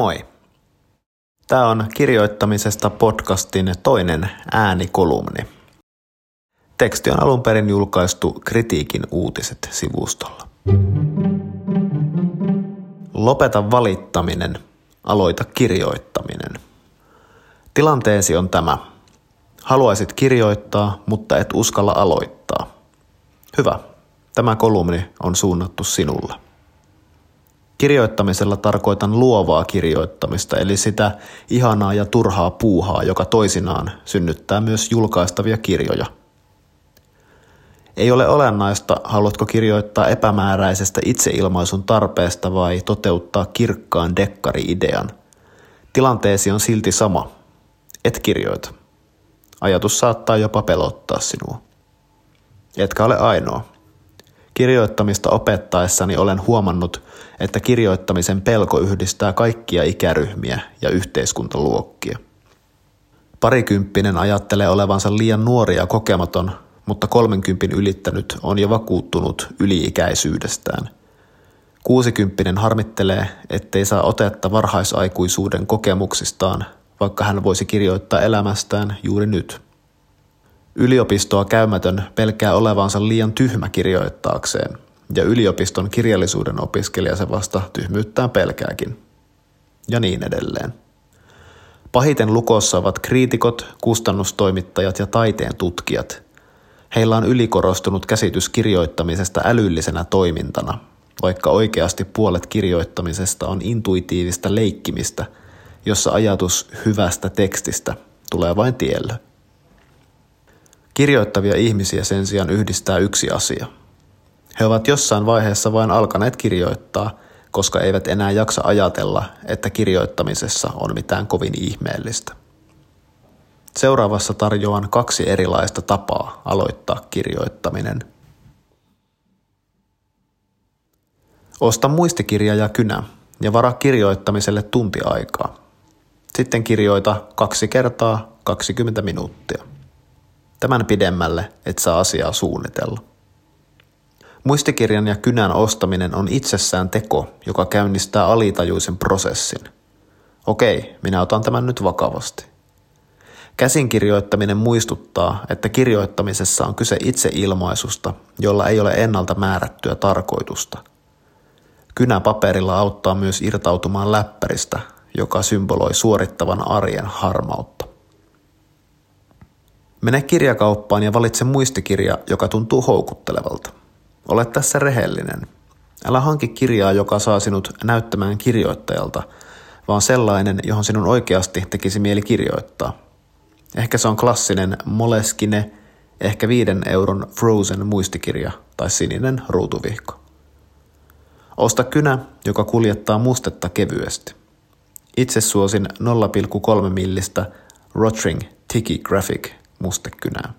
Moi! Tämä on kirjoittamisesta podcastin toinen äänikolumni. Teksti on alun perin julkaistu Kritiikin uutiset-sivustolla. Lopeta valittaminen, aloita kirjoittaminen. Tilanteesi on tämä. Haluaisit kirjoittaa, mutta et uskalla aloittaa. Hyvä, tämä kolumni on suunnattu sinulle. Kirjoittamisella tarkoitan luovaa kirjoittamista, eli sitä ihanaa ja turhaa puuhaa, joka toisinaan synnyttää myös julkaistavia kirjoja. Ei ole olennaista, haluatko kirjoittaa epämääräisestä itseilmaisun tarpeesta vai toteuttaa kirkkaan dekkari-idean. Tilanteesi on silti sama. Et kirjoita. Ajatus saattaa jopa pelottaa sinua. Etkä ole ainoa. Kirjoittamista opettaessani olen huomannut, että kirjoittamisen pelko yhdistää kaikkia ikäryhmiä ja yhteiskuntaluokkia. Parikymppinen ajattelee olevansa liian nuori ja kokematon, mutta 30 ylittänyt on jo vakuuttunut yli-ikäisyydestään. 60 harmittelee, ettei saa otetta varhaisaikuisuuden kokemuksistaan, vaikka hän voisi kirjoittaa elämästään juuri nyt. Yliopistoa käymätön pelkää olevansa liian tyhmä kirjoittaakseen, ja yliopiston kirjallisuuden opiskelija se vasta tyhmyyttään pelkääkin. Ja niin edelleen. Pahiten lukossa ovat kriitikot, kustannustoimittajat ja taiteen tutkijat. Heillä on ylikorostunut käsitys kirjoittamisesta älyllisenä toimintana, vaikka oikeasti puolet kirjoittamisesta on intuitiivista leikkimistä, jossa ajatus hyvästä tekstistä tulee vain tielle. Kirjoittavia ihmisiä sen sijaan yhdistää yksi asia. He ovat jossain vaiheessa vain alkaneet kirjoittaa, koska eivät enää jaksa ajatella, että kirjoittamisessa on mitään kovin ihmeellistä. Seuraavassa tarjoan 2 erilaista tapaa aloittaa kirjoittaminen. Osta muistikirja ja kynä ja varaa kirjoittamiselle tunti aikaa. Sitten kirjoita 2 kertaa 20 minuuttia. Tämän pidemmälle et saa asiaa suunnitella. Muistikirjan ja kynän ostaminen on itsessään teko, joka käynnistää alitajuisen prosessin. Okei, minä otan tämän nyt vakavasti. Käsinkirjoittaminen muistuttaa, että kirjoittamisessa on kyse itseilmaisusta, jolla ei ole ennalta määrättyä tarkoitusta. Kynä paperilla auttaa myös irtautumaan läppäristä, joka symboloi suorittavan arjen harmautta. Mene kirjakauppaan ja valitse muistikirja, joka tuntuu houkuttelevalta. Ole tässä rehellinen. Älä hanki kirjaa, joka saa sinut näyttämään kirjoittajalta, vaan sellainen, johon sinun oikeasti tekisi mieli kirjoittaa. Ehkä se on klassinen Moleskine, ehkä 5 euron Frozen muistikirja tai sininen ruutuvihko. Osta kynä, joka kuljettaa mustetta kevyesti. Itse suosin 0,3 millistä Rotring Tiki Graphic mustekynää.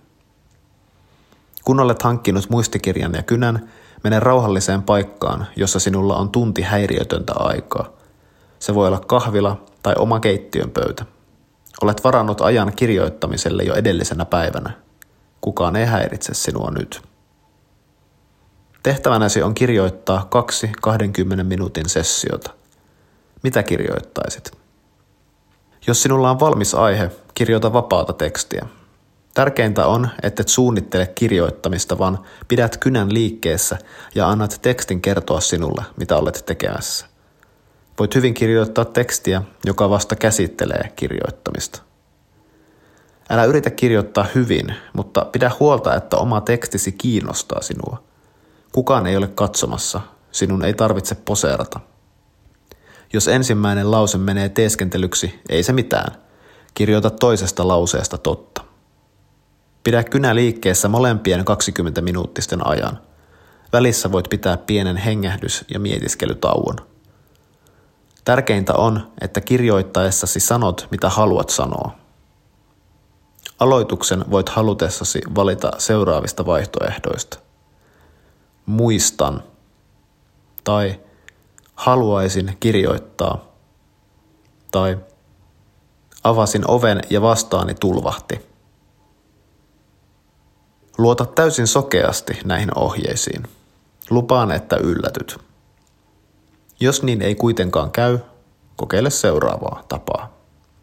Kun olet hankkinut muistikirjan ja kynän, mene rauhalliseen paikkaan, jossa sinulla on tunti häiriötöntä aikaa. Se voi olla kahvila tai oma keittiön pöytä. Olet varannut ajan kirjoittamiselle jo edellisenä päivänä. Kukaan ei häiritse sinua nyt. Tehtävänäsi on kirjoittaa 2 20 minuutin sessiota. Mitä kirjoittaisit? Jos sinulla on valmis aihe, kirjoita vapaata tekstiä. Tärkeintä on, ettet suunnittele kirjoittamista, vaan pidät kynän liikkeessä ja annat tekstin kertoa sinulle, mitä olet tekemässä. Voit hyvin kirjoittaa tekstiä, joka vasta käsittelee kirjoittamista. Älä yritä kirjoittaa hyvin, mutta pidä huolta, että oma tekstisi kiinnostaa sinua. Kukaan ei ole katsomassa, sinun ei tarvitse poseerata. Jos ensimmäinen lause menee teeskentelyksi, ei se mitään. Kirjoita toisesta lauseesta totta. Pidä kynä liikkeessä molempien 20-minuuttisten ajan. Välissä voit pitää pienen hengähdys- ja mietiskelytauon. Tärkeintä on, että kirjoittaessasi sanot, mitä haluat sanoa. Aloituksen voit halutessasi valita seuraavista vaihtoehdoista. Muistan tai haluaisin kirjoittaa tai avasin oven ja vastaani tulvahti. Luota täysin sokeasti näihin ohjeisiin. Lupaan, että yllätyt. Jos niin ei kuitenkaan käy, Kokeile seuraavaa tapaa.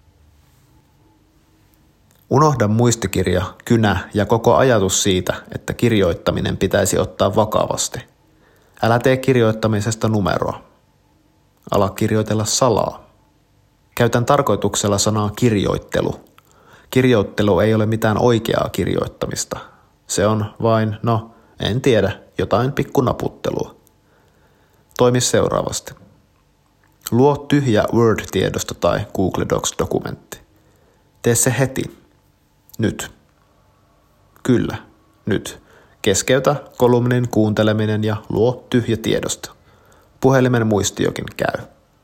Unohda muistikirja, kynä ja koko ajatus siitä, että kirjoittaminen pitäisi ottaa vakavasti. Älä tee kirjoittamisesta numeroa. Ala kirjoitella salaa. Käytän tarkoituksella sanaa kirjoittelu. Kirjoittelu ei ole mitään oikeaa kirjoittamista. Se on vain, en tiedä, jotain pikkunaputtelua. Toimi seuraavasti. Luo tyhjä Word-tiedosto tai Google Docs-dokumentti. Tee se heti. Nyt. Kyllä, nyt. Keskeytä kolumnin kuunteleminen ja luo tyhjä tiedosto. Puhelimen muistiokin käy.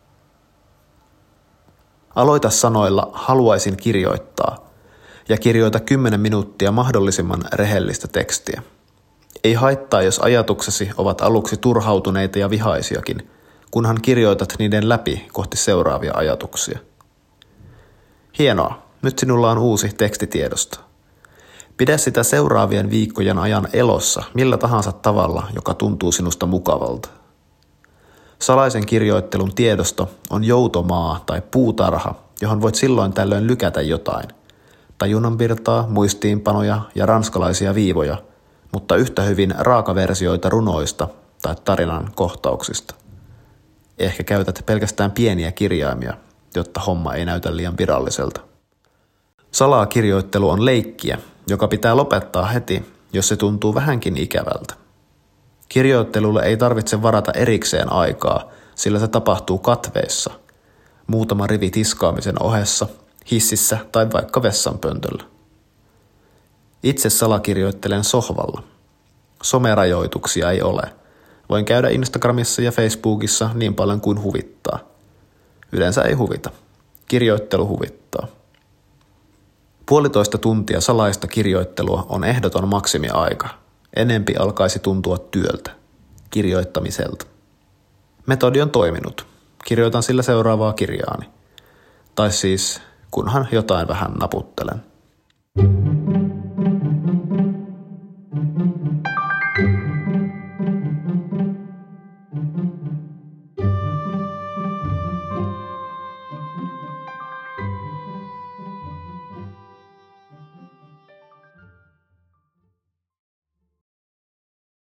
Aloita sanoilla haluaisin kirjoittaa ja kirjoita 10 minuuttia mahdollisimman rehellistä tekstiä. Ei haittaa, jos ajatuksesi ovat aluksi turhautuneita ja vihaisiakin, kunhan kirjoitat niiden läpi kohti seuraavia ajatuksia. Hienoa, nyt sinulla on uusi tekstitiedosto. Pidä sitä seuraavien viikkojen ajan elossa millä tahansa tavalla, joka tuntuu sinusta mukavalta. Salaisen kirjoittelun tiedosto on joutomaa tai puutarha, johon voit silloin tällöin lykätä jotain. Tajunnanvirtaa, muistiinpanoja ja ranskalaisia viivoja, mutta yhtä hyvin raakaversioita runoista tai tarinan kohtauksista. Ehkä käytät pelkästään pieniä kirjaimia, jotta homma ei näytä liian viralliselta. Salakirjoittelu on leikkiä, joka pitää lopettaa heti, jos se tuntuu vähänkin ikävältä. Kirjoittelulle ei tarvitse varata erikseen aikaa, sillä se tapahtuu katveissa, muutama rivi tiskaamisen ohessa, hississä tai vaikka vessanpöntöllä. Itse salakirjoittelen sohvalla. Somerajoituksia ei ole. Voin käydä Instagramissa ja Facebookissa niin paljon kuin huvittaa. Yleensä ei huvita. Kirjoittelu huvittaa. 1,5 tuntia salaista kirjoittelua on ehdoton maksimiaika. Enempi alkaisi tuntua työltä, kirjoittamiselta. Metodi on toiminut. Kirjoitan sillä seuraavaa kirjaani. Tai siis, kunhan jotain vähän naputtelen.